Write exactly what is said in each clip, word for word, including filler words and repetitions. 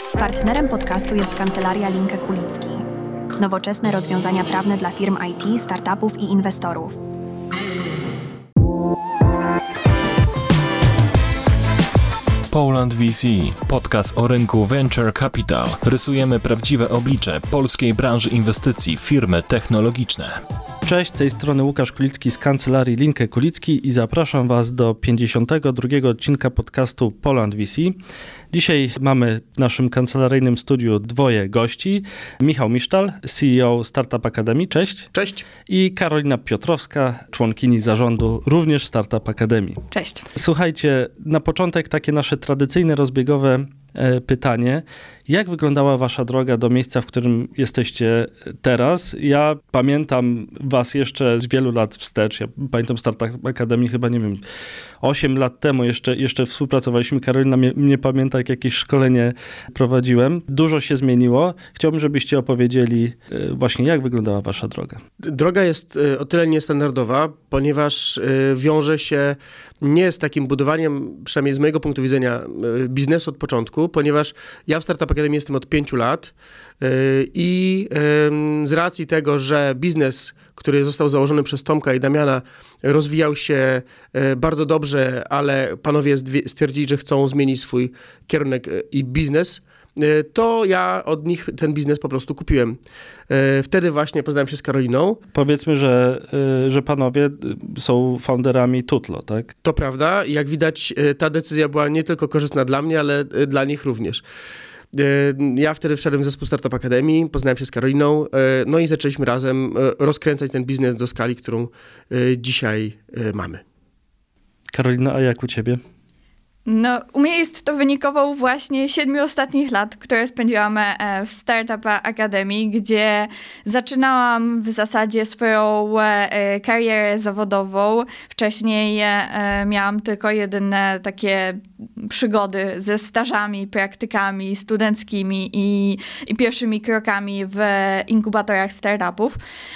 Partnerem podcastu jest Kancelaria Linke Kulicki. Nowoczesne rozwiązania prawne dla firm I T, startupów i inwestorów. Poland V C, podcast o rynku Venture Capital. Rysujemy prawdziwe oblicze polskiej branży inwestycji w firmy technologiczne. Cześć, z tej strony Łukasz Kulicki z Kancelarii Linke Kulicki i zapraszam Was do pięćdziesiątego drugiego odcinka podcastu Poland V C. Dzisiaj mamy w naszym kancelaryjnym studiu dwoje gości. Michał Misztal, C E O Startup Academy. Cześć. Cześć. I Karolina Piotrowska, członkini zarządu również Startup Academy. Cześć. Słuchajcie, na początek takie nasze tradycyjne, rozbiegowe e, pytanie. Jak wyglądała wasza droga do miejsca, w którym jesteście teraz? Ja pamiętam was jeszcze z wielu lat wstecz. Ja pamiętam Startup Academy chyba, nie wiem, osiem lat temu jeszcze, jeszcze współpracowaliśmy. Karolina mnie, mnie pamięta, jak jakieś szkolenie prowadziłem. Dużo się zmieniło. Chciałbym, żebyście opowiedzieli właśnie, jak wyglądała wasza droga. Droga jest o tyle niestandardowa, ponieważ wiąże się nie z takim budowaniem, przynajmniej z mojego punktu widzenia, biznesu od początku, ponieważ ja w Startup Academy jestem od pięciu lat i z racji tego, że biznes, który został założony przez Tomka i Damiana, rozwijał się bardzo dobrze, ale panowie stwierdzili, że chcą zmienić swój kierunek i biznes, to ja od nich ten biznes po prostu kupiłem. Wtedy właśnie poznałem się z Karoliną. Powiedzmy, że, że panowie są founderami Tutlo, tak? To prawda. Jak widać, ta decyzja była nie tylko korzystna dla mnie, ale dla nich również. Ja wtedy wszedłem w zespół Startup Academy, poznałem się z Karoliną, no i zaczęliśmy razem rozkręcać ten biznes do skali, którą dzisiaj mamy. Karolina, a jak u ciebie? No, u mnie jest to wynikował właśnie siedmiu ostatnich lat, które spędziłam w Startup Academy, gdzie zaczynałam w zasadzie swoją karierę zawodową. Wcześniej miałam tylko jedyne takie przygody ze stażami, praktykami studenckimi i, i pierwszymi krokami w inkubatorach startupów.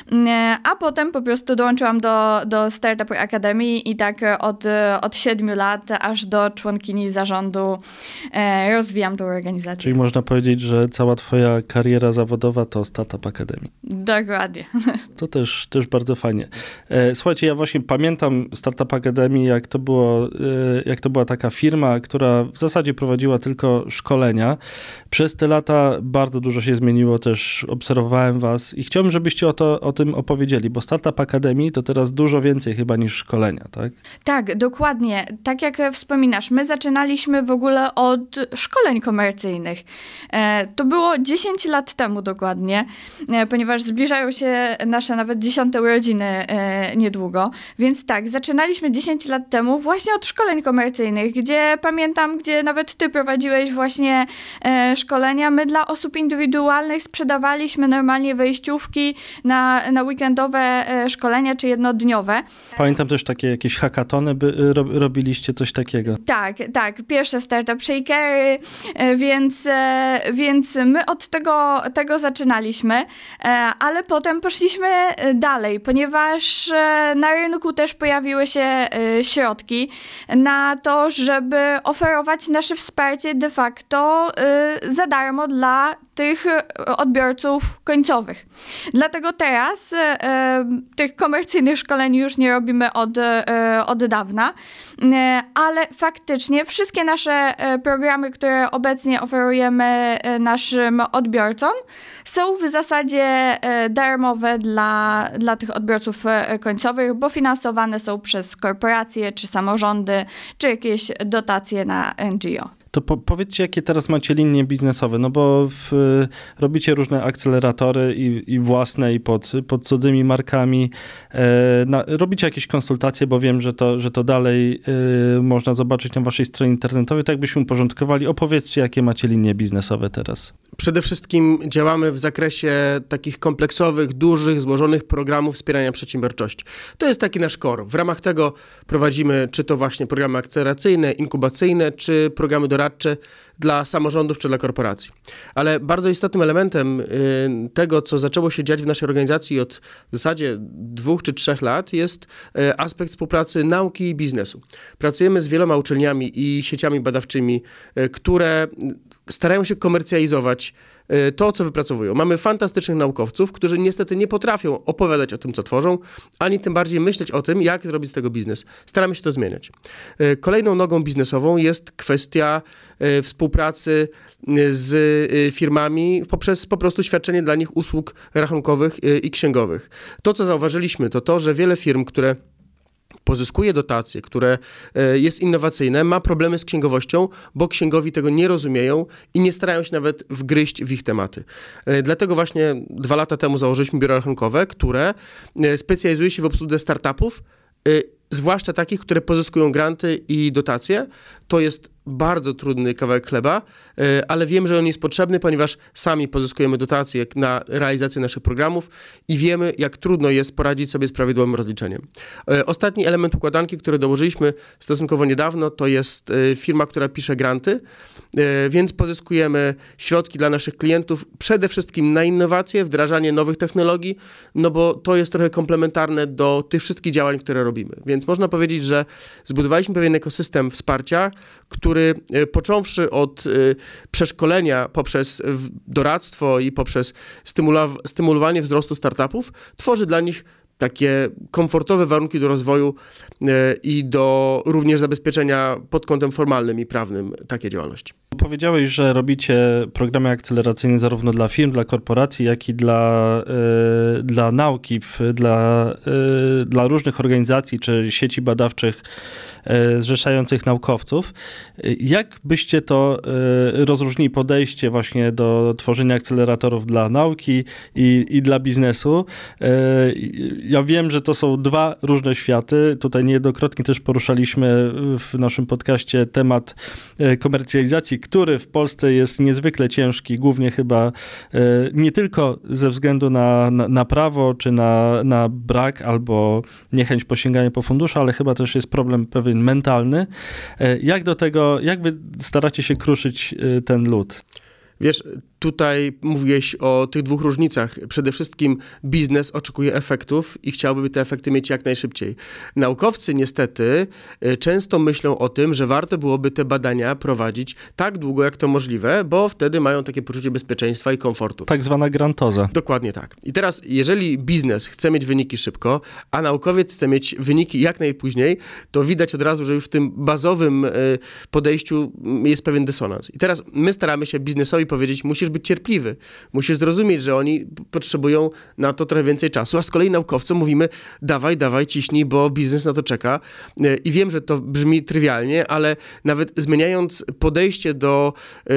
A potem po prostu dołączyłam do, do Startup Academy i tak od, od siedmiu lat aż do członkini zarządu e, rozwijam tą organizację. Czyli można powiedzieć, że cała twoja kariera zawodowa to Startup Academy. Dokładnie. To też, też bardzo fajnie. E, słuchajcie, ja właśnie pamiętam Startup Academy, jak to było, e, jak to była taka firma, która w zasadzie prowadziła tylko szkolenia. Przez te lata bardzo dużo się zmieniło, też obserwowałem was i chciałbym, żebyście o, to, o tym opowiedzieli, bo Startup Academy to teraz dużo więcej chyba niż szkolenia, tak? Tak, dokładnie. Tak jak wspominasz, my zaczynaliśmy w ogóle od szkoleń komercyjnych. E, to było dziesięć lat temu dokładnie, e, ponieważ zbliżają się nasze nawet dziesiąte urodziny e, niedługo. Więc tak, zaczynaliśmy dziesięć lat temu właśnie od szkoleń komercyjnych, gdzie pamiętam, gdzie nawet ty prowadziłeś właśnie e, szkolenia. My dla osób indywidualnych sprzedawaliśmy normalnie wejściówki na, na weekendowe e, szkolenia czy jednodniowe. Pamiętam też takie jakieś hackatony, by ro, robiliście coś takiego. Tak, tak, pierwsze Startup Shakery, więc, więc my od tego, tego zaczynaliśmy, ale potem poszliśmy dalej, ponieważ na rynku też pojawiły się środki na to, żeby oferować nasze wsparcie de facto za darmo dla tych odbiorców końcowych. Dlatego teraz tych komercyjnych szkoleń już nie robimy od, od dawna, ale faktycznie wszystkie nasze programy, które obecnie oferujemy naszym odbiorcom, są w zasadzie darmowe dla, dla tych odbiorców końcowych, bo finansowane są przez korporacje, czy samorządy, czy jakieś dotacje na N G O. To po, powiedzcie, jakie teraz macie linie biznesowe, no bo w, robicie różne akceleratory i, i własne, i pod, pod cudzymi markami. E, na, robicie jakieś konsultacje, bo wiem, że to, że to dalej e, można zobaczyć na waszej stronie internetowej. Tak byśmy uporządkowali. Opowiedzcie, jakie macie linie biznesowe teraz. Przede wszystkim działamy w zakresie takich kompleksowych, dużych, złożonych programów wspierania przedsiębiorczości. To jest taki nasz core. W ramach tego prowadzimy czy to właśnie programy akceleracyjne, inkubacyjne, czy programy doradcze dla samorządów czy dla korporacji. Ale bardzo istotnym elementem tego, co zaczęło się dziać w naszej organizacji od w zasadzie dwóch czy trzech lat, jest aspekt współpracy nauki i biznesu. Pracujemy z wieloma uczelniami i sieciami badawczymi, które starają się komercjalizować to, co wypracowują. Mamy fantastycznych naukowców, którzy niestety nie potrafią opowiadać o tym, co tworzą, ani tym bardziej myśleć o tym, jak zrobić z tego biznes. Staramy się to zmieniać. Kolejną nogą biznesową jest kwestia współpracy z firmami poprzez po prostu świadczenie dla nich usług rachunkowych i księgowych. To, co zauważyliśmy, to to, że wiele firm, które pozyskuje dotacje, które jest innowacyjne, ma problemy z księgowością, bo księgowi tego nie rozumieją i nie starają się nawet wgryźć w ich tematy. Dlatego właśnie dwa lata temu założyliśmy biuro rachunkowe, które specjalizuje się w obsłudze startupów, zwłaszcza takich, które pozyskują granty i dotacje. To jest bardzo trudny kawałek chleba, ale wiem, że on jest potrzebny, ponieważ sami pozyskujemy dotacje na realizację naszych programów i wiemy, jak trudno jest poradzić sobie z prawidłowym rozliczeniem. Ostatni element układanki, który dołożyliśmy stosunkowo niedawno, to jest firma, która pisze granty, więc pozyskujemy środki dla naszych klientów przede wszystkim na innowacje, wdrażanie nowych technologii, no bo to jest trochę komplementarne do tych wszystkich działań, które robimy. Więc można powiedzieć, że zbudowaliśmy pewien ekosystem wsparcia, który począwszy od przeszkolenia poprzez doradztwo i poprzez stymula- stymulowanie wzrostu startupów, tworzy dla nich takie komfortowe warunki do rozwoju i do również zabezpieczenia pod kątem formalnym i prawnym takiej działalności. Powiedziałeś, że robicie programy akceleracyjne zarówno dla firm, dla korporacji, jak i dla, y, dla nauki, w, dla, y, dla różnych organizacji czy sieci badawczych y, zrzeszających naukowców. Jak byście to y, rozróżnili podejście właśnie do tworzenia akceleratorów dla nauki i, i dla biznesu? Y, ja wiem, że to są dwa różne światy. Tutaj niejednokrotnie też poruszaliśmy w naszym podcaście temat y, komercjalizacji, który w Polsce jest niezwykle ciężki, głównie chyba nie tylko ze względu na, na, na prawo, czy na, na brak albo niechęć posięgania po fundusze, ale chyba też jest problem pewien mentalny. Jak do tego, jak wy staracie się kruszyć ten lód? Wiesz, tutaj mówiłeś o tych dwóch różnicach. Przede wszystkim biznes oczekuje efektów i chciałby te efekty mieć jak najszybciej. Naukowcy niestety często myślą o tym, że warto byłoby te badania prowadzić tak długo, jak to możliwe, bo wtedy mają takie poczucie bezpieczeństwa i komfortu. Tak zwana grantoza. Dokładnie tak. I teraz, jeżeli biznes chce mieć wyniki szybko, a naukowiec chce mieć wyniki jak najpóźniej, to widać od razu, że już w tym bazowym podejściu jest pewien dysonans. I teraz my staramy się biznesowi powiedzieć, musisz być cierpliwy, musisz zrozumieć, że oni potrzebują na to trochę więcej czasu, a z kolei naukowcom mówimy, dawaj, dawaj, ciśnij, bo biznes na to czeka. I wiem, że to brzmi trywialnie, ale nawet zmieniając podejście do y,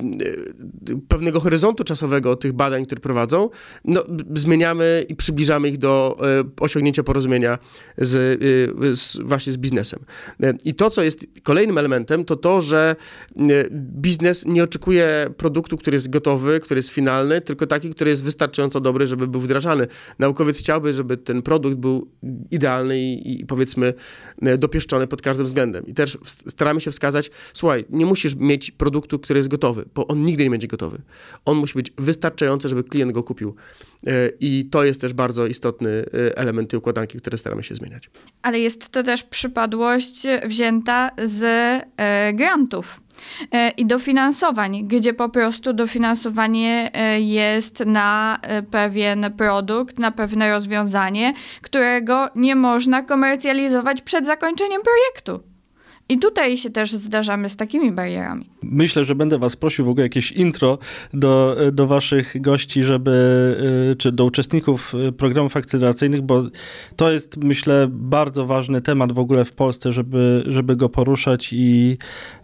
y, pewnego horyzontu czasowego tych badań, które prowadzą, no, zmieniamy i przybliżamy ich do y, osiągnięcia porozumienia z, y, z, właśnie z biznesem. Y, I to, co jest kolejnym elementem, to to, że y, biznes nie oczekuje produktu, który jest gotowy, który jest finalny, tylko taki, który jest wystarczająco dobry, żeby był wdrażany. Naukowiec chciałby, żeby ten produkt był idealny i, i powiedzmy dopieszczony pod każdym względem. I też staramy się wskazać, słuchaj, nie musisz mieć produktu, który jest gotowy, bo on nigdy nie będzie gotowy. On musi być wystarczający, żeby klient go kupił. I to jest też bardzo istotny element tej układanki, które staramy się zmieniać. Ale jest to też przypadłość wzięta z e, grantów i dofinansowań, gdzie po prostu dofinansowanie jest na pewien produkt, na pewne rozwiązanie, którego nie można komercjalizować przed zakończeniem projektu. I tutaj się też zdarzamy z takimi barierami. Myślę, że będę was prosił w ogóle jakieś intro do, do waszych gości, żeby, czy do uczestników programów akceleracyjnych, bo to jest, myślę, bardzo ważny temat w ogóle w Polsce, żeby, żeby go poruszać i,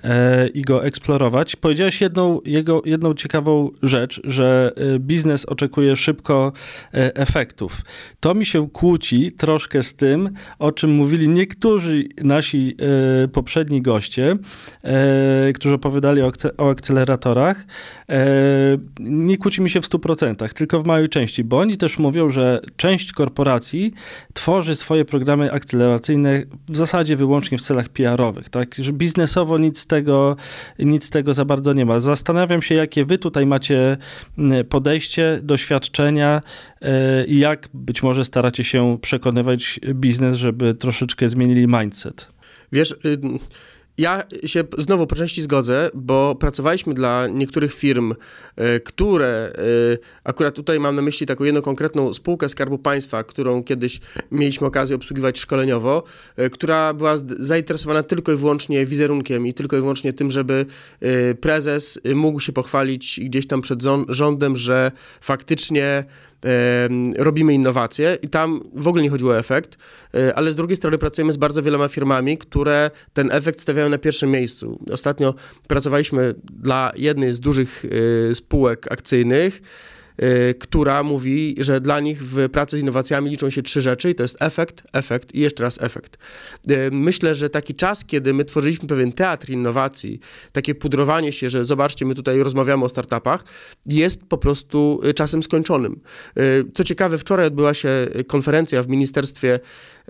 i go eksplorować. Powiedziałeś jedną, jego, jedną ciekawą rzecz, że biznes oczekuje szybko efektów. To mi się kłóci troszkę z tym, o czym mówili niektórzy nasi poprzedni goście, którzy opowiadali opowiadali o, o akceleratorach, e, nie kłócimy się w stu procentach, tylko w małej części, bo oni też mówią, że część korporacji tworzy swoje programy akceleracyjne w zasadzie wyłącznie w celach P R-owych, tak? Że biznesowo nic z tego, nic z tego za bardzo nie ma. Zastanawiam się, jakie wy tutaj macie podejście, doświadczenia i jak być może staracie się przekonywać biznes, żeby troszeczkę zmienili mindset. Wiesz, ja się znowu po części zgodzę, bo pracowaliśmy dla niektórych firm, które, akurat tutaj mam na myśli taką jedną konkretną spółkę Skarbu Państwa, którą kiedyś mieliśmy okazję obsługiwać szkoleniowo, która była zainteresowana tylko i wyłącznie wizerunkiem i tylko i wyłącznie tym, żeby prezes mógł się pochwalić gdzieś tam przed rządem, że faktycznie robimy innowacje i tam w ogóle nie chodziło o efekt, ale z drugiej strony pracujemy z bardzo wieloma firmami, które ten efekt stawiają na pierwszym miejscu. Ostatnio pracowaliśmy dla jednej z dużych spółek akcyjnych, która mówi, że dla nich w pracy z innowacjami liczą się trzy rzeczy i to jest efekt, efekt i jeszcze raz efekt. Myślę, że taki czas, kiedy my tworzyliśmy pewien teatr innowacji, takie pudrowanie się, że zobaczcie, my tutaj rozmawiamy o startupach, jest po prostu czasem skończonym. Co ciekawe, wczoraj odbyła się konferencja w Ministerstwie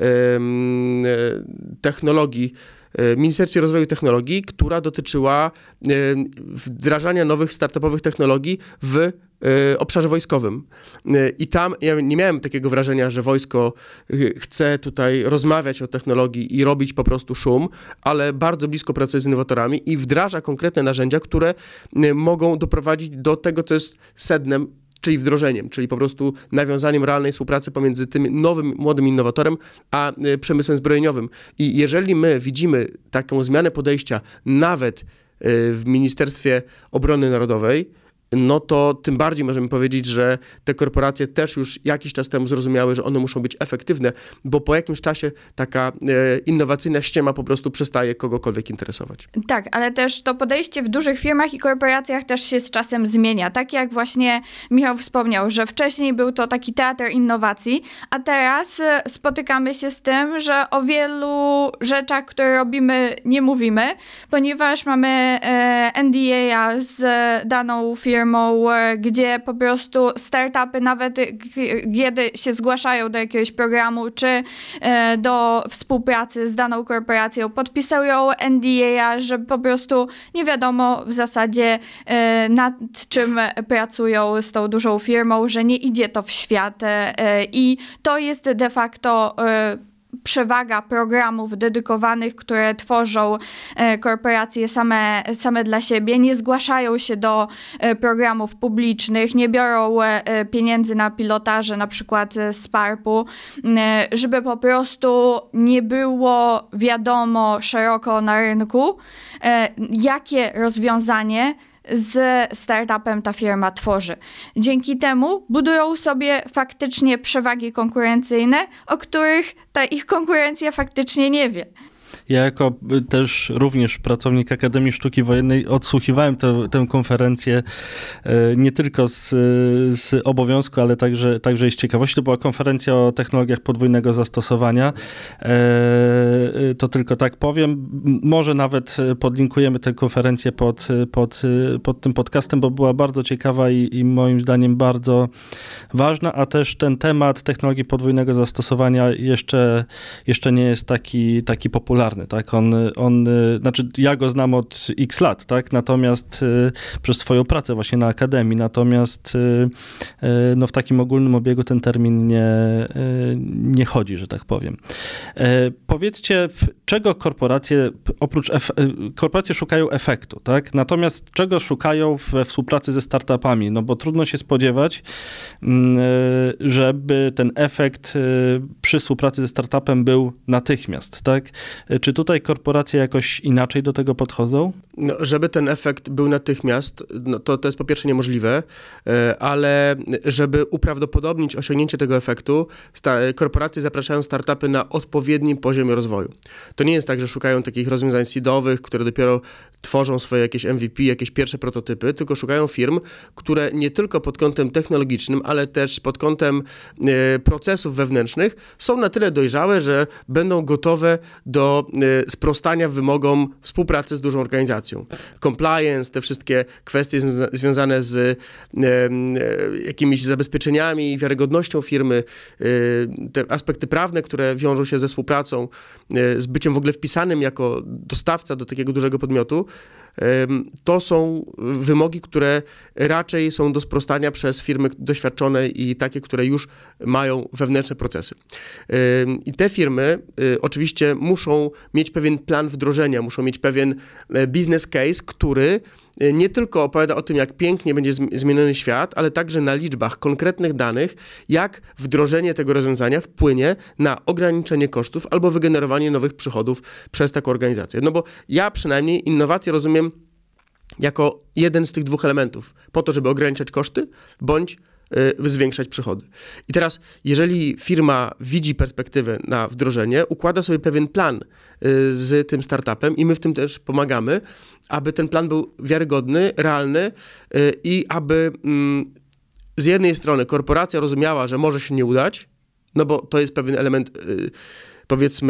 Technologii, Ministerstwie Rozwoju i Technologii, która dotyczyła wdrażania nowych startupowych technologii w obszarze wojskowym. I tam ja nie miałem takiego wrażenia, że wojsko chce tutaj rozmawiać o technologii i robić po prostu szum, ale bardzo blisko pracuje z innowatorami i wdraża konkretne narzędzia, które mogą doprowadzić do tego, co jest sednem, czyli wdrożeniem, czyli po prostu nawiązaniem realnej współpracy pomiędzy tym nowym, młodym innowatorem, a przemysłem zbrojeniowym. I jeżeli my widzimy taką zmianę podejścia nawet w Ministerstwie Obrony Narodowej, no to tym bardziej możemy powiedzieć, że te korporacje też już jakiś czas temu zrozumiały, że one muszą być efektywne, bo po jakimś czasie taka e, innowacyjna ściema po prostu przestaje kogokolwiek interesować. Tak, ale też to podejście w dużych firmach i korporacjach też się z czasem zmienia. Tak jak właśnie Michał wspomniał, że wcześniej był to taki teatr innowacji, a teraz spotykamy się z tym, że o wielu rzeczach, które robimy, nie mówimy, ponieważ mamy e, N D A z daną firmą, firmą, gdzie po prostu startupy nawet kiedy się zgłaszają do jakiegoś programu czy do współpracy z daną korporacją, podpisują N D A, że po prostu nie wiadomo w zasadzie nad czym pracują z tą dużą firmą, że nie idzie to w świat i to jest de facto przewaga programów dedykowanych, które tworzą korporacje same, same dla siebie, nie zgłaszają się do programów publicznych, nie biorą pieniędzy na pilotaże, na przykład z PARP-u, żeby po prostu nie było wiadomo szeroko na rynku, jakie rozwiązanie z startupem ta firma tworzy. Dzięki temu budują sobie faktycznie przewagi konkurencyjne, o których ta ich konkurencja faktycznie nie wie. Ja jako też również pracownik Akademii Sztuki Wojennej odsłuchiwałem tę, tę konferencję nie tylko z, z obowiązku, ale także, także z ciekawości. To była konferencja o technologiach podwójnego zastosowania. To tylko tak powiem. Może nawet podlinkujemy tę konferencję pod, pod, pod tym podcastem, bo była bardzo ciekawa i, i moim zdaniem bardzo ważna, a też ten temat technologii podwójnego zastosowania jeszcze, jeszcze nie jest taki, taki popularny. Tak, on, on, znaczy ja go znam od x lat, tak, natomiast y, przez swoją pracę właśnie na Akademii, natomiast y, y, no w takim ogólnym obiegu ten termin nie, y, nie chodzi, że tak powiem. Y, powiedzcie, czego korporacje, oprócz, ef, korporacje szukają efektu, tak, natomiast czego szukają we współpracy ze startupami, no bo trudno się spodziewać, y, żeby ten efekt y, przy współpracy ze startupem był natychmiast, tak. Czy tutaj korporacje jakoś inaczej do tego podchodzą? No, żeby ten efekt był natychmiast, no to, to jest po pierwsze niemożliwe, ale żeby uprawdopodobnić osiągnięcie tego efektu, sta- korporacje zapraszają startupy na odpowiednim poziomie rozwoju. To nie jest tak, że szukają takich rozwiązań seedowych, które dopiero tworzą swoje jakieś M V P, jakieś pierwsze prototypy, tylko szukają firm, które nie tylko pod kątem technologicznym, ale też pod kątem e, procesów wewnętrznych są na tyle dojrzałe, że będą gotowe do sprostania wymogom współpracy z dużą organizacją. organizacją. Compliance, te wszystkie kwestie związa- związane z e, e, jakimiś zabezpieczeniami, wiarygodnością firmy, e, te aspekty prawne, które wiążą się ze współpracą, e, z byciem w ogóle wpisanym jako dostawca do takiego dużego podmiotu, e, to są wymogi, które raczej są do sprostania przez firmy doświadczone i takie, które już mają wewnętrzne procesy. E, I te firmy e, oczywiście muszą mieć pewien plan wdrożenia, muszą mieć pewien business case, który nie tylko opowiada o tym, jak pięknie będzie zmieniony świat, ale także na liczbach, konkretnych danych, jak wdrożenie tego rozwiązania wpłynie na ograniczenie kosztów albo wygenerowanie nowych przychodów przez taką organizację. No bo ja przynajmniej innowacje rozumiem jako jeden z tych dwóch elementów, po to, żeby ograniczać koszty, bądź y, zwiększać przychody. I teraz, jeżeli firma widzi perspektywę na wdrożenie, układa sobie pewien plan y, z tym startupem i my w tym też pomagamy, aby ten plan był wiarygodny, realny y, i aby y, z jednej strony korporacja rozumiała, że może się nie udać, no bo to jest pewien element y, powiedzmy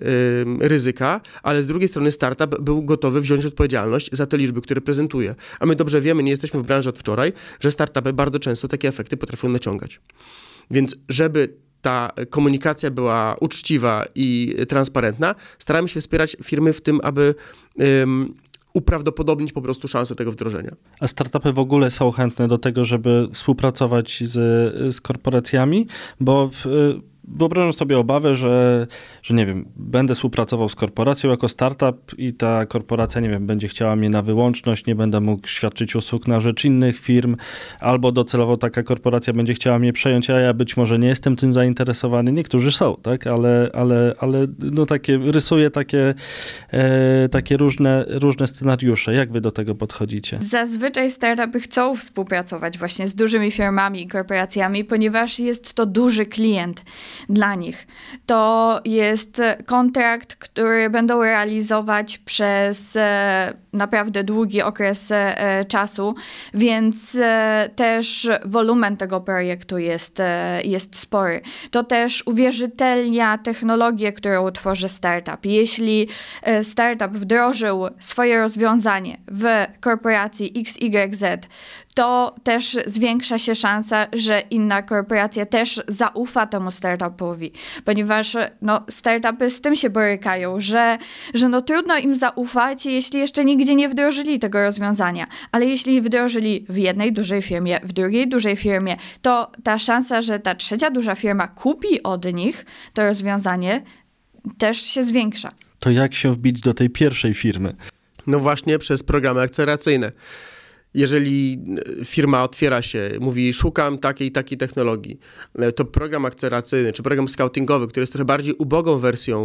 y, ryzyka, ale z drugiej strony startup był gotowy wziąć odpowiedzialność za te liczby, które prezentuje. A my dobrze wiemy, nie jesteśmy w branży od wczoraj, że startupy bardzo często takie efekty potrafią naciągać. Więc żeby ta komunikacja była uczciwa i transparentna, staramy się wspierać firmy w tym, aby ym, uprawdopodobnić po prostu szansę tego wdrożenia. A startupy w ogóle są chętne do tego, żeby współpracować z, z korporacjami, bo w, wyobrażam sobie obawę, że, że nie wiem, będę współpracował z korporacją jako startup i ta korporacja, nie wiem, będzie chciała mnie na wyłączność, nie będę mógł świadczyć usług na rzecz innych firm, albo docelowo taka korporacja będzie chciała mnie przejąć, a ja być może nie jestem tym zainteresowany. Niektórzy są, tak, ale, ale, ale no takie, rysuję takie, e, takie różne, różne scenariusze. Jak wy do tego podchodzicie? Zazwyczaj startupy chcą współpracować właśnie z dużymi firmami i korporacjami, ponieważ jest to duży klient dla nich. To jest kontrakt, który będą realizować przez e, naprawdę długi okres e, czasu, więc e, też wolumen tego projektu jest, e, jest spory. To też uwierzytelnia technologię, którą tworzy startup. Jeśli e, startup wdrożył swoje rozwiązanie w korporacji X Y Z, to też zwiększa się szansa, że inna korporacja też zaufa temu startupowi, ponieważ no, startupy z tym się borykają, że, że no, trudno im zaufać, jeśli jeszcze nigdzie nie wdrożyli tego rozwiązania, ale jeśli wdrożyli w jednej dużej firmie, w drugiej dużej firmie, to ta szansa, że ta trzecia duża firma kupi od nich to rozwiązanie, też się zwiększa. To jak się wbić do tej pierwszej firmy? No właśnie przez programy akceleracyjne. Jeżeli firma otwiera się, mówi szukam takiej i takiej technologii, to program akceleracyjny czy program scoutingowy, który jest trochę bardziej ubogą wersją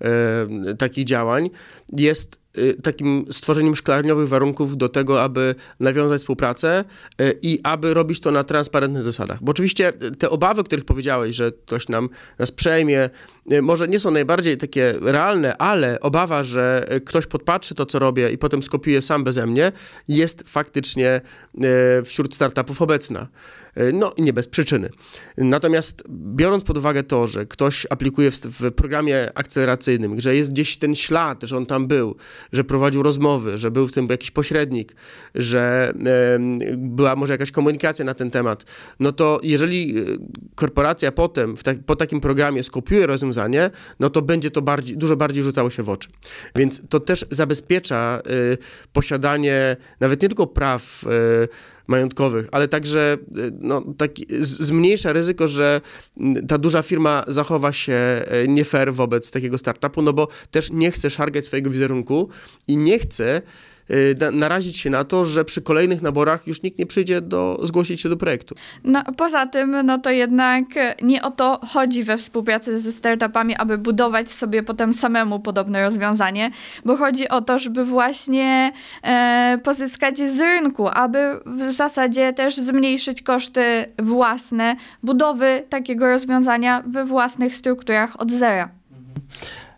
e, takich działań, jest e, takim stworzeniem szklarniowych warunków do tego, aby nawiązać współpracę e, i aby robić to na transparentnych zasadach. Bo oczywiście te obawy, o których powiedziałeś, że ktoś nam nas przejmie, e, może nie są najbardziej takie realne, ale obawa, że ktoś podpatrzy to, co robię i potem skopiuje sam beze mnie, jest faktycznie e, wśród startupów obecna. No i nie bez przyczyny. Natomiast biorąc pod uwagę to, że ktoś aplikuje w, w programie akceleracyjnym, że jest gdzieś ten ślad, że on tam był, że prowadził rozmowy, że był w tym jakiś pośrednik, że e, była może jakaś komunikacja na ten temat, no to jeżeli korporacja potem w ta, po takim programie skopiuje rozwiązanie, no to będzie to bardziej, dużo bardziej rzucało się w oczy. Więc to też zabezpiecza e, posiadanie nawet nie tylko praw e, majątkowych, ale także no, taki, zmniejsza ryzyko, że ta duża firma zachowa się nie fair wobec takiego startupu, no bo też nie chce szargać swojego wizerunku i nie chce narazić się na to, że przy kolejnych naborach już nikt nie przyjdzie do, zgłosić się do projektu. No, poza tym, no to jednak nie o to chodzi we współpracy ze startupami, aby budować sobie potem samemu podobne rozwiązanie, bo chodzi o to, żeby właśnie e, pozyskać z rynku, aby w zasadzie też zmniejszyć koszty własne budowy takiego rozwiązania we własnych strukturach od zera.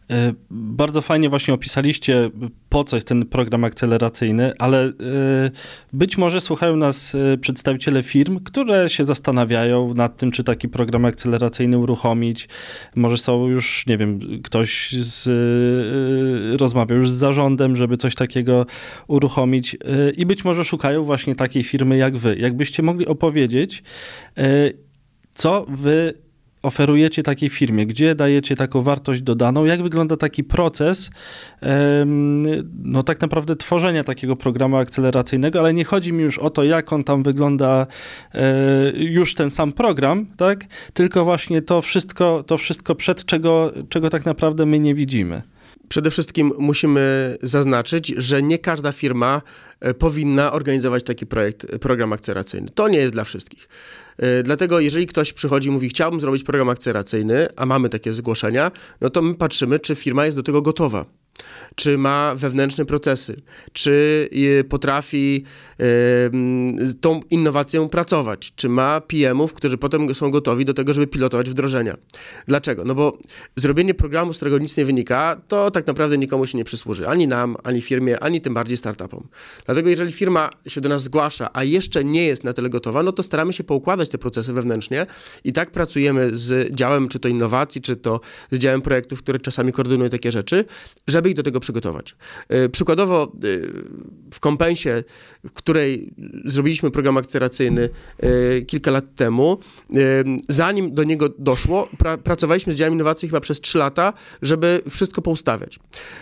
Bardzo fajnie właśnie opisaliście, po co jest ten program akceleracyjny, ale być może słuchają nas przedstawiciele firm, które się zastanawiają nad tym, czy taki program akceleracyjny uruchomić. Może są już, nie wiem, ktoś z, rozmawiał już z zarządem, żeby coś takiego uruchomić i być może szukają właśnie takiej firmy jak wy. Jakbyście mogli opowiedzieć, co wy oferujecie takiej firmie, gdzie dajecie taką wartość dodaną, jak wygląda taki proces no tak naprawdę tworzenia takiego programu akceleracyjnego, ale nie chodzi mi już o to, jak on tam wygląda, już ten sam program, tak? Tylko właśnie to wszystko, to wszystko przed czego, czego tak naprawdę my nie widzimy. Przede wszystkim musimy zaznaczyć, że nie każda firma powinna organizować taki projekt, program akceleracyjny. To nie jest dla wszystkich. Dlatego jeżeli ktoś przychodzi i mówi, chciałbym zrobić program akceleracyjny, a mamy takie zgłoszenia, no to my patrzymy, czy firma jest do tego gotowa. Czy ma wewnętrzne procesy, czy potrafi y, tą innowacją pracować, czy ma P M ów, którzy potem są gotowi do tego, żeby pilotować wdrożenia. Dlaczego? No bo zrobienie programu, z którego nic nie wynika, to tak naprawdę nikomu się nie przysłuży. Ani nam, ani firmie, ani tym bardziej startupom. Dlatego jeżeli firma się do nas zgłasza, a jeszcze nie jest na tyle gotowa, no to staramy się poukładać te procesy wewnętrznie i tak pracujemy z działem, czy to innowacji, czy to z działem projektów, które czasami koordynują takie rzeczy, żeby ich do tego przygotować. Przykładowo w Kompensie, w której zrobiliśmy program akceleracyjny kilka lat temu, zanim do niego doszło, pra- pracowaliśmy z działem innowacji chyba przez trzy lata, żeby wszystko poustawiać.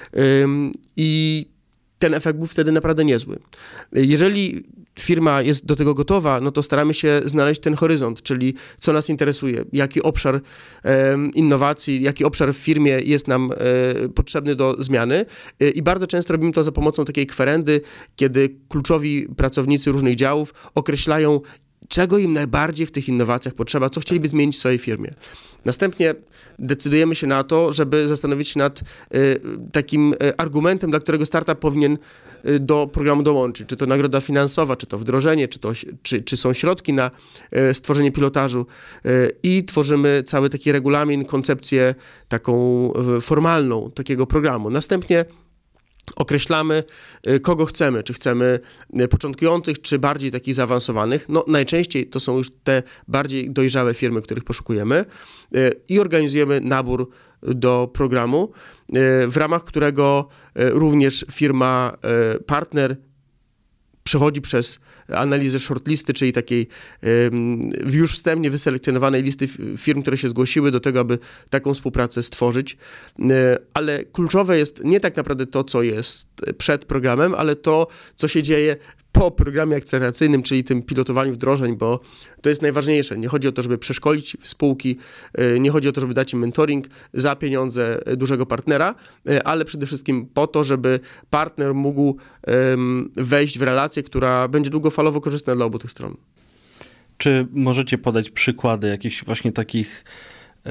I ten efekt był wtedy naprawdę niezły. Jeżeli firma jest do tego gotowa, no to staramy się znaleźć ten horyzont, czyli co nas interesuje, jaki obszar e, innowacji, jaki obszar w firmie jest nam e, potrzebny do zmiany e, i bardzo często robimy to za pomocą takiej kwerendy, kiedy kluczowi pracownicy różnych działów określają, czego im najbardziej w tych innowacjach potrzeba, co chcieliby zmienić w swojej firmie. Następnie decydujemy się na to, żeby zastanowić się nad y, takim y, argumentem, dla którego startup powinien y, do programu dołączyć. Czy to nagroda finansowa, czy to wdrożenie, czy, to, czy, czy są środki na y, stworzenie pilotażu y, i tworzymy cały taki regulamin, koncepcję taką y, formalną takiego programu. Następnie określamy, kogo chcemy, czy chcemy początkujących, czy bardziej takich zaawansowanych. No najczęściej to są już te bardziej dojrzałe firmy, których poszukujemy i organizujemy nabór do programu, w ramach którego również firma partner przechodzi przez analizę shortlisty, czyli takiej już wstępnie wyselekcjonowanej listy firm, które się zgłosiły do tego, aby taką współpracę stworzyć. Ale kluczowe jest nie tak naprawdę to, co jest przed programem, ale to, co się dzieje po programie akceleracyjnym, czyli tym pilotowaniu wdrożeń, bo to jest najważniejsze. Nie chodzi o to, żeby przeszkolić spółki, nie chodzi o to, żeby dać im mentoring za pieniądze dużego partnera, ale przede wszystkim po to, żeby partner mógł wejść w relację, która będzie długofalowo korzystna dla obu tych stron. Czy możecie podać przykłady jakichś właśnie takich yy,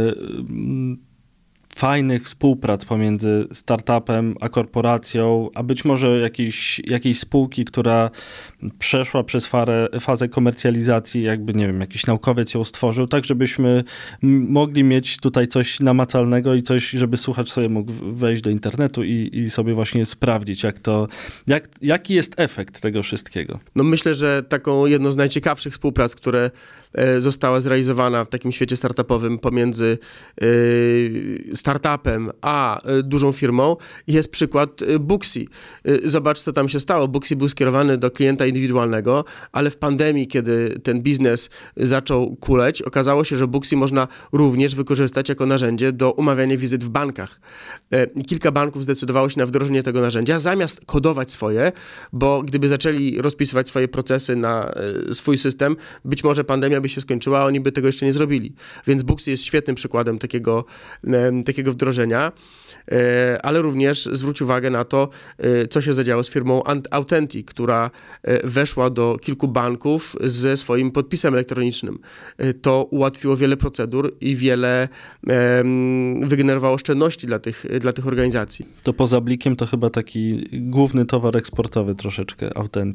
fajnych współprac pomiędzy startupem a korporacją, a być może jakiejś, jakiejś spółki, która przeszła przez farę, fazę komercjalizacji, jakby, nie wiem, jakiś naukowiec ją stworzył, tak żebyśmy mogli mieć tutaj coś namacalnego i coś, żeby słuchacz sobie mógł wejść do internetu i, i sobie właśnie sprawdzić, jak to, jak, jaki jest efekt tego wszystkiego. No myślę, że taką jedną z najciekawszych współprac, które została zrealizowana w takim świecie startupowym pomiędzy startupem a dużą firmą, jest przykład Booksy. Zobacz, co tam się stało. Booksy był skierowany do klienta indywidualnego, ale w pandemii, kiedy ten biznes zaczął kuleć, okazało się, że Booksy można również wykorzystać jako narzędzie do umawiania wizyt w bankach. Kilka banków zdecydowało się na wdrożenie tego narzędzia, zamiast kodować swoje, bo gdyby zaczęli rozpisywać swoje procesy na swój system, być może pandemia by się skończyła, a oni by tego jeszcze nie zrobili. Więc Booksy jest świetnym przykładem takiego, takiego wdrożenia, ale również zwróć uwagę na to, co się zadziało z firmą Authentic, która weszła do kilku banków ze swoim podpisem elektronicznym. To ułatwiło wiele procedur i wiele wygenerowało oszczędności dla tych, dla tych organizacji. To poza blikiem to chyba taki główny towar eksportowy troszeczkę Authentic.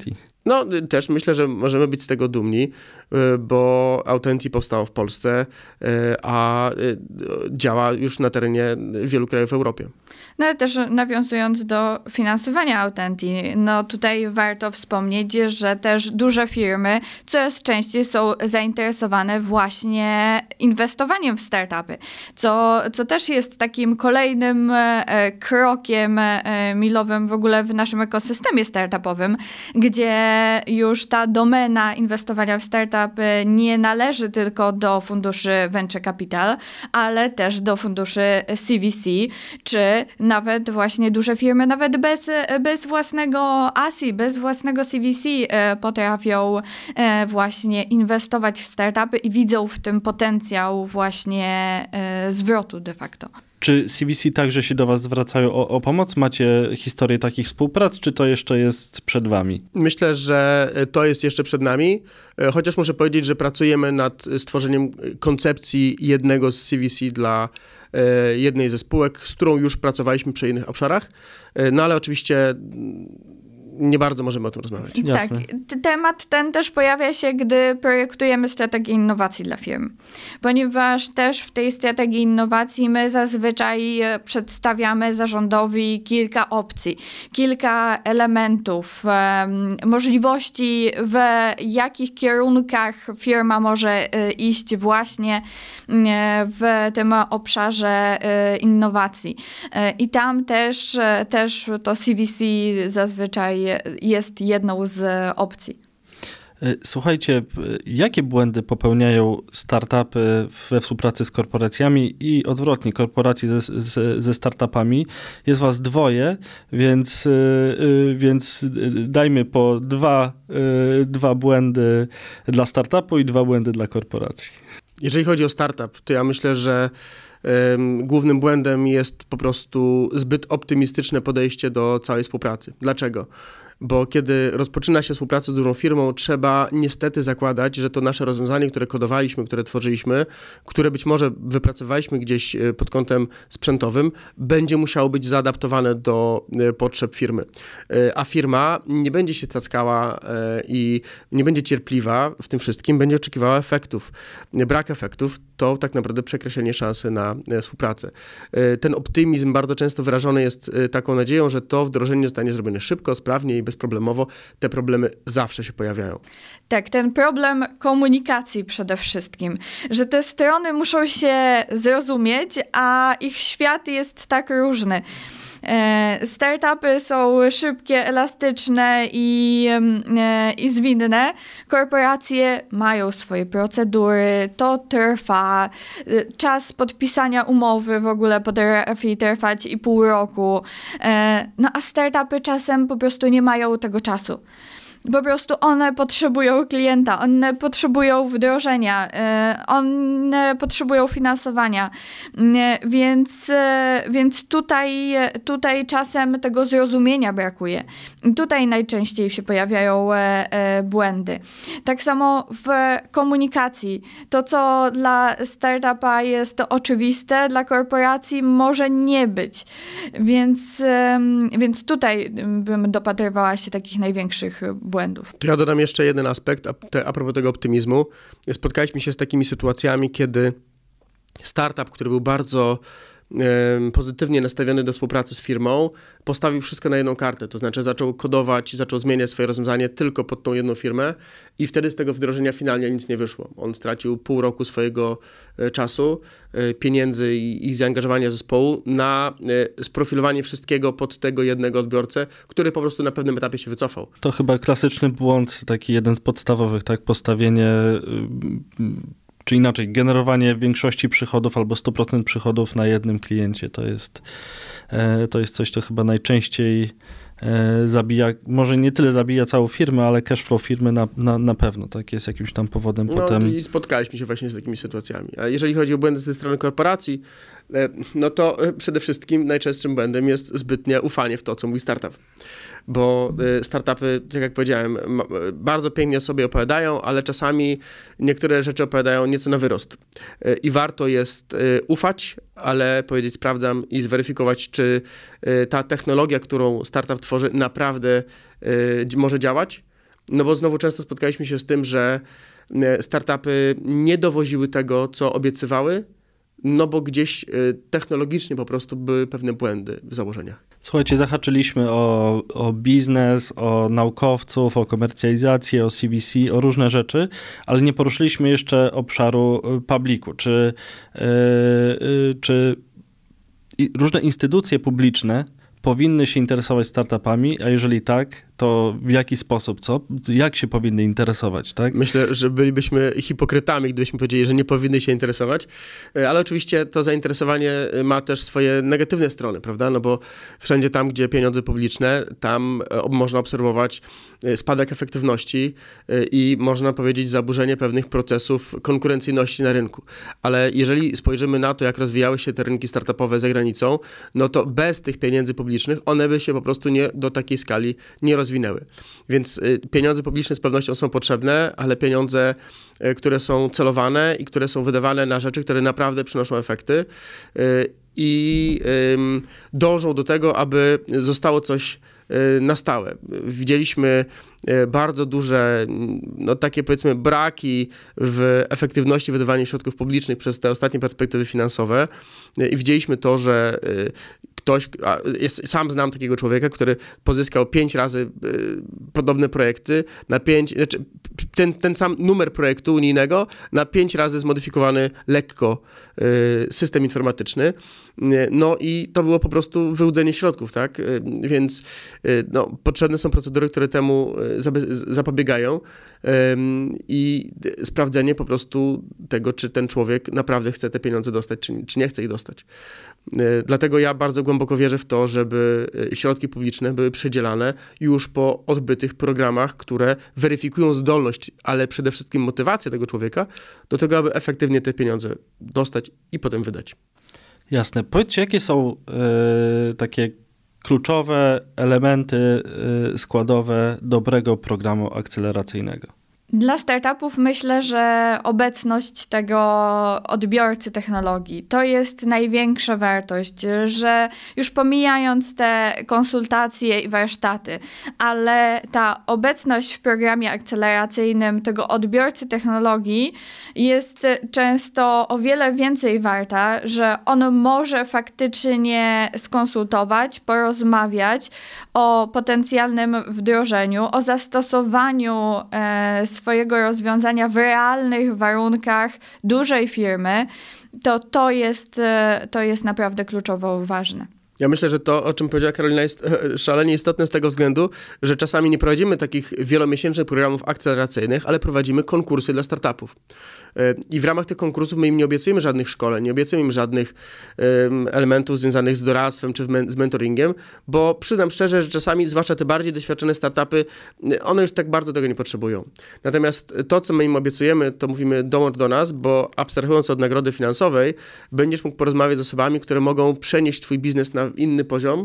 No też myślę, że możemy być z tego dumni, bo Authenti powstało w Polsce, a działa już na terenie wielu krajów w Europie. No ale też nawiązując do finansowania Authenti, no tutaj warto wspomnieć, że też duże firmy coraz częściej są zainteresowane właśnie inwestowaniem w startupy, co, co też jest takim kolejnym e, krokiem e, milowym w ogóle w naszym ekosystemie startupowym, gdzie już ta domena inwestowania w startupy nie należy tylko do funduszy Venture Capital, ale też do funduszy C V C, czy nawet właśnie duże firmy, nawet bez, bez własnego A S I, bez własnego C V C e, potrafią e, właśnie inwestować w startupy i widzą w tym potencjał właśnie e, zwrotu de facto. Czy C V C także się do was zwracają o, o pomoc? Macie historię takich współprac, czy to jeszcze jest przed wami? Myślę, że to jest jeszcze przed nami, chociaż muszę powiedzieć, że pracujemy nad stworzeniem koncepcji jednego z C V C dla jednej ze spółek, z którą już pracowaliśmy przy innych obszarach, no ale oczywiście nie bardzo możemy o tym rozmawiać. Jasne. Tak, temat ten też pojawia się, gdy projektujemy strategię innowacji dla firm, ponieważ też w tej strategii innowacji my zazwyczaj przedstawiamy zarządowi kilka opcji, kilka elementów, um, możliwości, w jakich kierunkach firma może iść właśnie w tym obszarze innowacji. I tam też, też to C V C zazwyczaj jest jedną z opcji. Słuchajcie, jakie błędy popełniają startupy we współpracy z korporacjami i odwrotnie, korporacje ze, ze, ze startupami? Jest was dwoje, więc, więc dajmy po dwa, dwa błędy dla startupu i dwa błędy dla korporacji. Jeżeli chodzi o startup, to ja myślę, że um, głównym błędem jest po prostu zbyt optymistyczne podejście do całej współpracy. Dlaczego? Bo kiedy rozpoczyna się współpracę z dużą firmą, trzeba niestety zakładać, że to nasze rozwiązanie, które kodowaliśmy, które tworzyliśmy, które być może wypracowaliśmy gdzieś pod kątem sprzętowym, będzie musiało być zaadaptowane do potrzeb firmy. A firma nie będzie się cackała i nie będzie cierpliwa w tym wszystkim, będzie oczekiwała efektów. Brak efektów to tak naprawdę przekreślenie szansy na współpracę. Ten optymizm bardzo często wyrażony jest taką nadzieją, że to wdrożenie zostanie zrobione szybko, sprawnie i bezproblemowo. Te problemy zawsze się pojawiają. Tak, ten problem komunikacji przede wszystkim, że te strony muszą się zrozumieć, a ich świat jest tak różny. Startupy są szybkie, elastyczne i, i zwinne. Korporacje mają swoje procedury, to trwa. Czas podpisania umowy w ogóle potrafi trwać i pół roku. No a startupy czasem po prostu nie mają tego czasu. Po prostu one potrzebują klienta, one potrzebują wdrożenia, one potrzebują finansowania, więc, więc tutaj, tutaj czasem tego zrozumienia brakuje. Tutaj najczęściej się pojawiają błędy. Tak samo w komunikacji. To, co dla startupa jest oczywiste, dla korporacji może nie być. Więc, więc tutaj bym dopatrywała się takich największych błędów. To ja dodam jeszcze jeden aspekt a, te, a propos tego optymizmu. Spotkaliśmy się z takimi sytuacjami, kiedy startup, który był bardzo e, pozytywnie nastawiony do współpracy z firmą, postawił wszystko na jedną kartę, to znaczy zaczął kodować, zaczął zmieniać swoje rozwiązanie tylko pod tą jedną firmę i wtedy z tego wdrożenia finalnie nic nie wyszło. On stracił pół roku swojego e, czasu, e, pieniędzy i, i zaangażowania zespołu na e, sprofilowanie wszystkiego pod tego jednego odbiorcę, który po prostu na pewnym etapie się wycofał. To chyba klasyczny błąd, taki jeden z podstawowych, tak, postawienie czy inaczej, generowanie większości przychodów albo sto procent przychodów na jednym kliencie. To jest, to jest coś, co chyba najczęściej zabija, może nie tyle zabija całą firmę, ale cashflow firmy na, na, na pewno, tak, jest jakimś tam powodem no, potem. I spotkaliśmy się właśnie z takimi sytuacjami. A jeżeli chodzi o błędy ze strony korporacji, no to przede wszystkim najczęstszym błędem jest zbytnie ufanie w to, co mówi startup. Bo startupy, tak jak powiedziałem, bardzo pięknie o sobie opowiadają, ale czasami niektóre rzeczy opowiadają nieco na wyrost. I warto jest ufać, ale powiedzieć sprawdzam i zweryfikować, czy ta technologia, którą startup tworzy, naprawdę może działać. no bo znowu często spotkaliśmy się z tym, że startupy nie dowoziły tego, co obiecywały, no bo gdzieś technologicznie po prostu były pewne błędy w założeniach. Słuchajcie, zahaczyliśmy o, o biznes, o naukowców, o komercjalizację, o C V C, o różne rzeczy, ale nie poruszyliśmy jeszcze obszaru publicu. Czy, yy, yy, czy różne instytucje publiczne powinny się interesować startupami, a jeżeli tak, to w jaki sposób, co? Jak się powinny interesować, tak? Myślę, że bylibyśmy hipokrytami, gdybyśmy powiedzieli, że nie powinny się interesować, ale oczywiście to zainteresowanie ma też swoje negatywne strony, prawda? No bo wszędzie tam, gdzie pieniądze publiczne, tam można obserwować spadek efektywności i można powiedzieć zaburzenie pewnych procesów konkurencyjności na rynku. Ale jeżeli spojrzymy na to, jak rozwijały się te rynki startupowe za granicą, no to bez tych pieniędzy publicznych one by się po prostu nie do takiej skali nie rozwijały. Zwinęły. Więc pieniądze publiczne z pewnością są potrzebne, ale pieniądze, które są celowane i które są wydawane na rzeczy, które naprawdę przynoszą efekty i dążą do tego, aby zostało coś na stałe. Widzieliśmy bardzo duże, no takie powiedzmy braki w efektywności wydawania środków publicznych przez te ostatnie perspektywy finansowe i widzieliśmy to, że ktoś, jest, sam znam takiego człowieka, który pozyskał pięć razy podobne projekty na pięć, znaczy ten, ten sam numer projektu unijnego na pięć razy zmodyfikowany lekko system informatyczny. No i to było po prostu wyłudzenie środków, tak? Więc no, potrzebne są procedury, które temu zapobiegają i sprawdzenie po prostu tego, czy ten człowiek naprawdę chce te pieniądze dostać, czy, czy nie chce ich dostać. Dlatego ja bardzo głęboko wierzę w to, żeby środki publiczne były przydzielane już po odbytych programach, które weryfikują zdolność, ale przede wszystkim motywację tego człowieka do tego, aby efektywnie te pieniądze dostać i potem wydać. Jasne. Powiedzcie, jakie są y, takie kluczowe elementy y, składowe dobrego programu akceleracyjnego? Dla startupów myślę, że obecność tego odbiorcy technologii to jest największa wartość, że już pomijając te konsultacje i warsztaty, ale ta obecność w programie akceleracyjnym tego odbiorcy technologii jest często o wiele więcej warta, że on może faktycznie skonsultować, porozmawiać o potencjalnym wdrożeniu, o zastosowaniu e, swojego rozwiązania w realnych warunkach dużej firmy, to to jest, to jest naprawdę kluczowo ważne. Ja myślę, że to, o czym powiedziała Karolina, jest szalenie istotne z tego względu, że czasami nie prowadzimy takich wielomiesięcznych programów akceleracyjnych, ale prowadzimy konkursy dla startupów. I w ramach tych konkursów my im nie obiecujemy żadnych szkoleń, nie obiecujemy im żadnych um, elementów związanych z doradztwem czy z mentoringiem, bo przyznam szczerze, że czasami, zwłaszcza te bardziej doświadczone startupy, one już tak bardzo tego nie potrzebują. Natomiast to, co my im obiecujemy, to mówimy dołącz do nas, bo abstrahując od nagrody finansowej, będziesz mógł porozmawiać z osobami, które mogą przenieść twój biznes na inny poziom,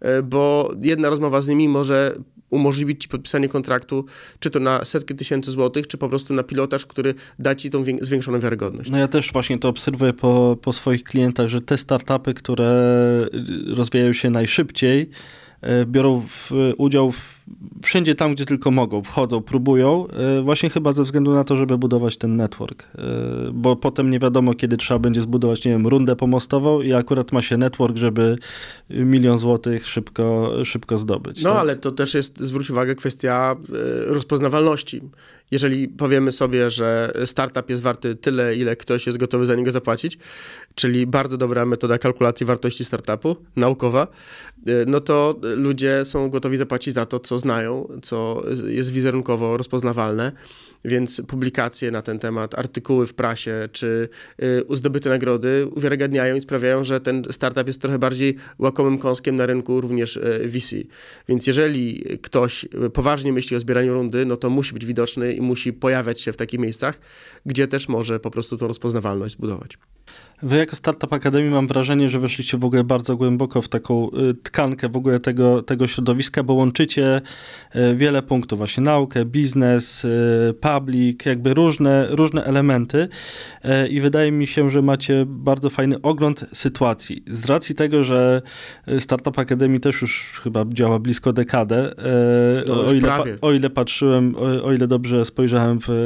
bo jedna rozmowa z nimi może umożliwić ci podpisanie kontraktu, czy to na setki tysięcy złotych, czy po prostu na pilotaż, który da ci tą zwiększoną wiarygodność. No ja też właśnie to obserwuję po, po swoich klientach, że te startupy, które rozwijają się najszybciej, biorą w, udział w, wszędzie tam, gdzie tylko mogą, wchodzą, próbują, właśnie chyba ze względu na to, żeby budować ten network, bo potem nie wiadomo, kiedy trzeba będzie zbudować, nie wiem, rundę pomostową i akurat ma się network, żeby milion złotych szybko, szybko zdobyć. No tak? ale to też jest, zwróć uwagę, kwestia rozpoznawalności. Jeżeli powiemy sobie, że startup jest warty tyle, ile ktoś jest gotowy za niego zapłacić, czyli bardzo dobra metoda kalkulacji wartości startupu, naukowa, no to ludzie są gotowi zapłacić za to, co znają, co jest wizerunkowo rozpoznawalne, więc publikacje na ten temat, artykuły w prasie czy zdobyte nagrody uwiarygadniają i sprawiają, że ten startup jest trochę bardziej łakomym kąskiem na rynku również V C. Więc jeżeli ktoś poważnie myśli o zbieraniu rundy, no to musi być widoczny i musi pojawiać się w takich miejscach, gdzie też może po prostu tą rozpoznawalność zbudować. Wy jako Startup Academy mam wrażenie, że weszliście w ogóle bardzo głęboko w taką tkankę w ogóle tego, tego środowiska, bo łączycie wiele punktów, właśnie naukę, biznes, public, jakby różne, różne elementy i wydaje mi się, że macie bardzo fajny ogląd sytuacji. Z racji tego, że Startup Academy też już chyba działa blisko dekadę, no, o, ile prawie. pa, o ile patrzyłem, o, o ile dobrze spojrzałem w,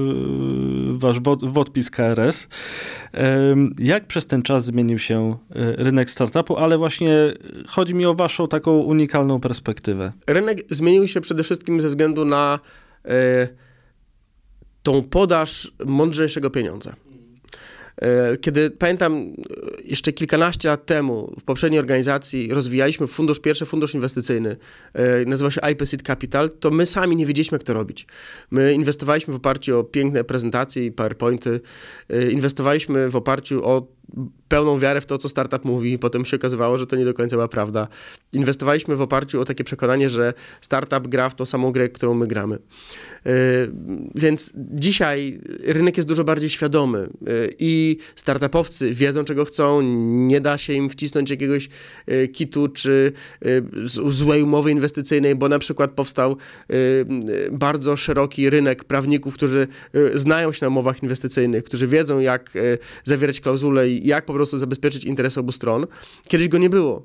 w wasz w odpis K R S, jak przez ten czas zmienił się rynek startupu, ale właśnie chodzi mi o waszą taką unikalną perspektywę. Rynek zmienił się przede wszystkim ze względu na y, tą podaż mądrzejszego pieniądza. Kiedy, pamiętam, jeszcze kilkanaście lat temu w poprzedniej organizacji rozwijaliśmy fundusz, pierwszy fundusz inwestycyjny, nazywał się I P Seed Capital, to my sami nie wiedzieliśmy, jak to robić. My inwestowaliśmy w oparciu o piękne prezentacje i PowerPointy, inwestowaliśmy w oparciu o pełną wiarę w to, co startup mówi i potem się okazywało, że to nie do końca była prawda. Inwestowaliśmy w oparciu o takie przekonanie, że startup gra w tą samą grę, którą my gramy. Yy, więc dzisiaj rynek jest dużo bardziej świadomy yy, i startupowcy wiedzą, czego chcą, nie da się im wcisnąć jakiegoś yy, kitu czy yy, złej umowy inwestycyjnej, bo na przykład powstał yy, bardzo szeroki rynek prawników, którzy yy, znają się na umowach inwestycyjnych, którzy wiedzą, jak yy, zawierać klauzule i jak po prostu zabezpieczyć interesy obu stron. Kiedyś go nie było.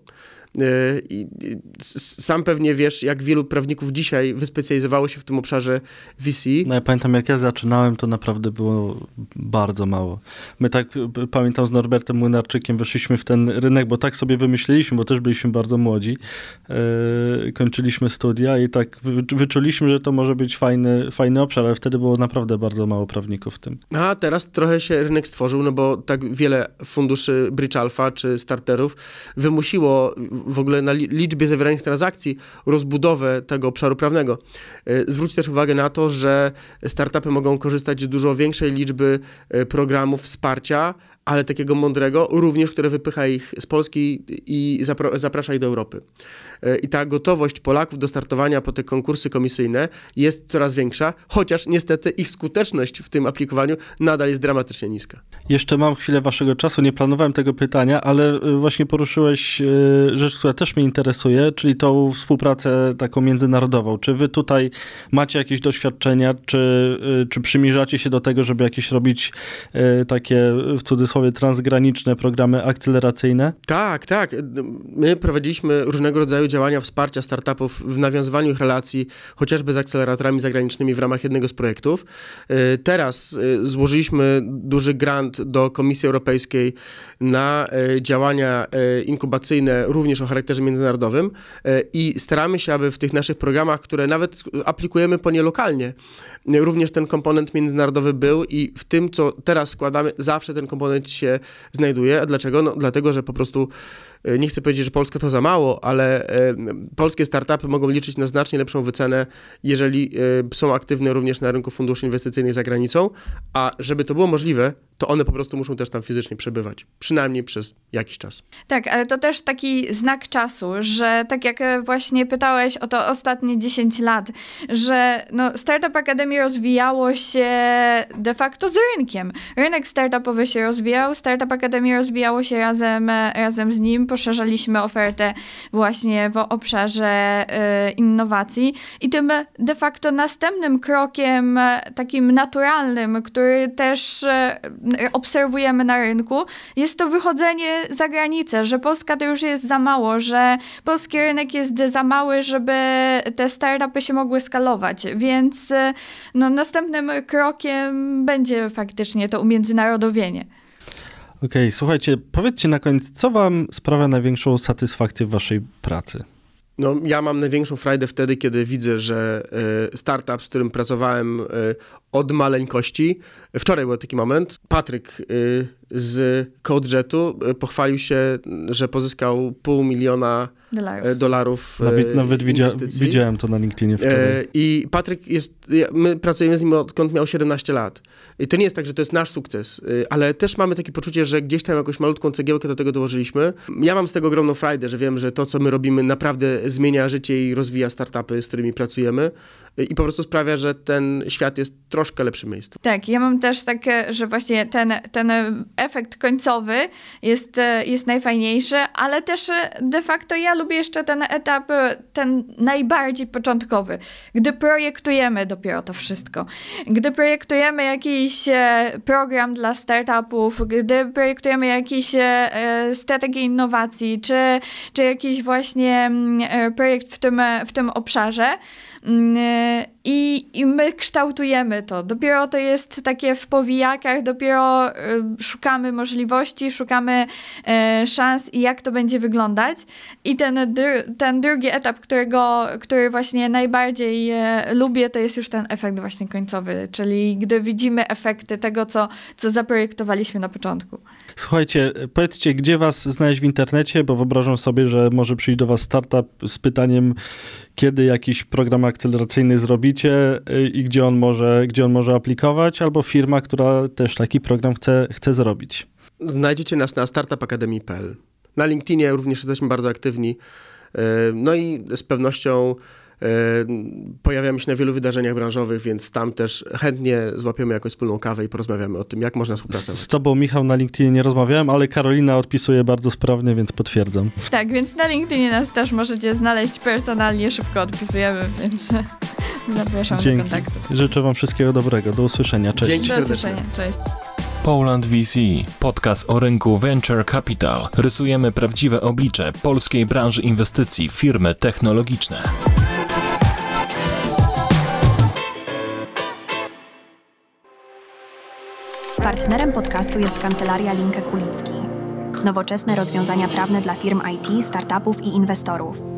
I sam pewnie wiesz, jak wielu prawników dzisiaj wyspecjalizowało się w tym obszarze V C. No ja pamiętam, jak ja zaczynałem, to naprawdę było bardzo mało. My tak, pamiętam, z Norbertem Młynarczykiem weszliśmy w ten rynek, bo tak sobie wymyśliliśmy, bo też byliśmy bardzo młodzi. Yy, kończyliśmy studia i tak wyczuliśmy, że to może być fajny, fajny obszar, ale wtedy było naprawdę bardzo mało prawników w tym. A teraz trochę się rynek stworzył, no bo tak wiele funduszy Bridge Alpha czy starterów wymusiło w ogóle na liczbie zawieranych transakcji rozbudowę tego obszaru prawnego. Zwróć też uwagę na to, że startupy mogą korzystać z dużo większej liczby programów wsparcia, ale takiego mądrego, również, które wypycha ich z Polski i zapro- zaprasza ich do Europy. I ta gotowość Polaków do startowania po te konkursy komisyjne jest coraz większa, chociaż niestety ich skuteczność w tym aplikowaniu nadal jest dramatycznie niska. Jeszcze mam chwilę waszego czasu, nie planowałem tego pytania, ale właśnie poruszyłeś rzecz, która też mnie interesuje, czyli tą współpracę taką międzynarodową. Czy wy tutaj macie jakieś doświadczenia, czy, czy przymierzacie się do tego, żeby jakieś robić takie w cudzysłowie transgraniczne programy akceleracyjne? Tak, tak. My prowadziliśmy różnego rodzaju działania wsparcia startupów w nawiązywaniu ich relacji, chociażby z akceleratorami zagranicznymi w ramach jednego z projektów. Teraz złożyliśmy duży grant do Komisji Europejskiej na działania inkubacyjne również o charakterze międzynarodowym i staramy się, aby w tych naszych programach, które nawet aplikujemy po nie lokalnie, również ten komponent międzynarodowy był i w tym, co teraz składamy, zawsze ten komponent się znajduje. A dlaczego? No, dlatego, że po prostu nie chcę powiedzieć, że Polska to za mało, ale e, polskie startupy mogą liczyć na znacznie lepszą wycenę, jeżeli e, są aktywne również na rynku funduszy inwestycyjnych za granicą, a żeby to było możliwe, to one po prostu muszą też tam fizycznie przebywać, przynajmniej przez jakiś czas. Tak, ale to też taki znak czasu, że tak jak właśnie pytałeś o to ostatnie dziesięć lat, że no, Startup Academy rozwijało się de facto z rynkiem. Rynek startupowy się rozwijał, Startup Academy rozwijało się razem, razem z nim, poszerzaliśmy ofertę właśnie w obszarze y, innowacji i tym de facto następnym krokiem takim naturalnym, który też y, obserwujemy na rynku, jest to wychodzenie za granicę, że Polska to już jest za mało, że polski rynek jest za mały, żeby te startupy się mogły skalować, więc y, no, następnym krokiem będzie faktycznie to umiędzynarodowienie. Okej, okay, słuchajcie, powiedzcie na koniec, co wam sprawia największą satysfakcję w waszej pracy? No, ja mam największą frajdę wtedy, kiedy widzę, że y, startup, z którym pracowałem y, od maleńkości, wczoraj był taki moment, Patryk y, z CodeJetu y, pochwalił się, że pozyskał pół miliona dolarów, dolarów Nawet, nawet widzia, widziałem to na LinkedInie wczoraj. I Patryk jest, my pracujemy z nim odkąd miał siedemnaście lat. I to nie jest tak, że to jest nasz sukces, ale też mamy takie poczucie, że gdzieś tam jakąś malutką cegiełkę do tego dołożyliśmy. Ja mam z tego ogromną frajdę, że wiem, że to, co my robimy, naprawdę zmienia życie i rozwija startupy, z którymi pracujemy. i po prostu sprawia, że ten świat jest troszkę lepszym miejscem. Tak, ja mam też takie, że właśnie ten, ten efekt końcowy jest, jest najfajniejszy, ale też de facto ja lubię jeszcze ten etap, ten najbardziej początkowy, gdy projektujemy dopiero to wszystko. Gdy projektujemy jakiś program dla startupów, gdy projektujemy jakieś strategie innowacji, czy, czy jakiś właśnie projekt w tym, w tym obszarze, I, I my kształtujemy to. Dopiero to jest takie w powijakach, dopiero y, szukamy możliwości, szukamy y, szans i jak to będzie wyglądać. I ten, dr- ten drugi etap, którego, który właśnie najbardziej y, lubię, to jest już ten efekt właśnie końcowy, czyli gdy widzimy efekty tego, co, co zaprojektowaliśmy na początku. Słuchajcie, powiedzcie, gdzie was znaleźć w internecie, bo wyobrażam sobie, że może przyjść do was startup z pytaniem, kiedy jakiś program akceleracyjny zrobicie i gdzie on może, gdzie on może aplikować, albo firma, która też taki program chce, chce zrobić. Znajdziecie nas na startup academy kropka p l. Na LinkedInie również jesteśmy bardzo aktywni. No i z pewnością pojawiamy się na wielu wydarzeniach branżowych, więc tam też chętnie złapiemy jakąś wspólną kawę i porozmawiamy o tym, jak można współpracować. Z tobą, Michał, na LinkedInie nie rozmawiałem, ale Karolina odpisuje bardzo sprawnie, więc potwierdzam. Tak, więc na LinkedInie nas też możecie znaleźć personalnie, szybko odpisujemy, więc zapraszam Dzięki. do kontaktu. Życzę wam wszystkiego dobrego. Do usłyszenia. Cześć. Dzięki Do serdecznie. usłyszenia. Cześć. Poland V C, podcast o rynku Venture Capital. Rysujemy prawdziwe oblicze polskiej branży inwestycji, firmy technologiczne. Partnerem podcastu jest Kancelaria Linke Kulicki. Nowoczesne rozwiązania prawne dla firm I T, startupów i inwestorów.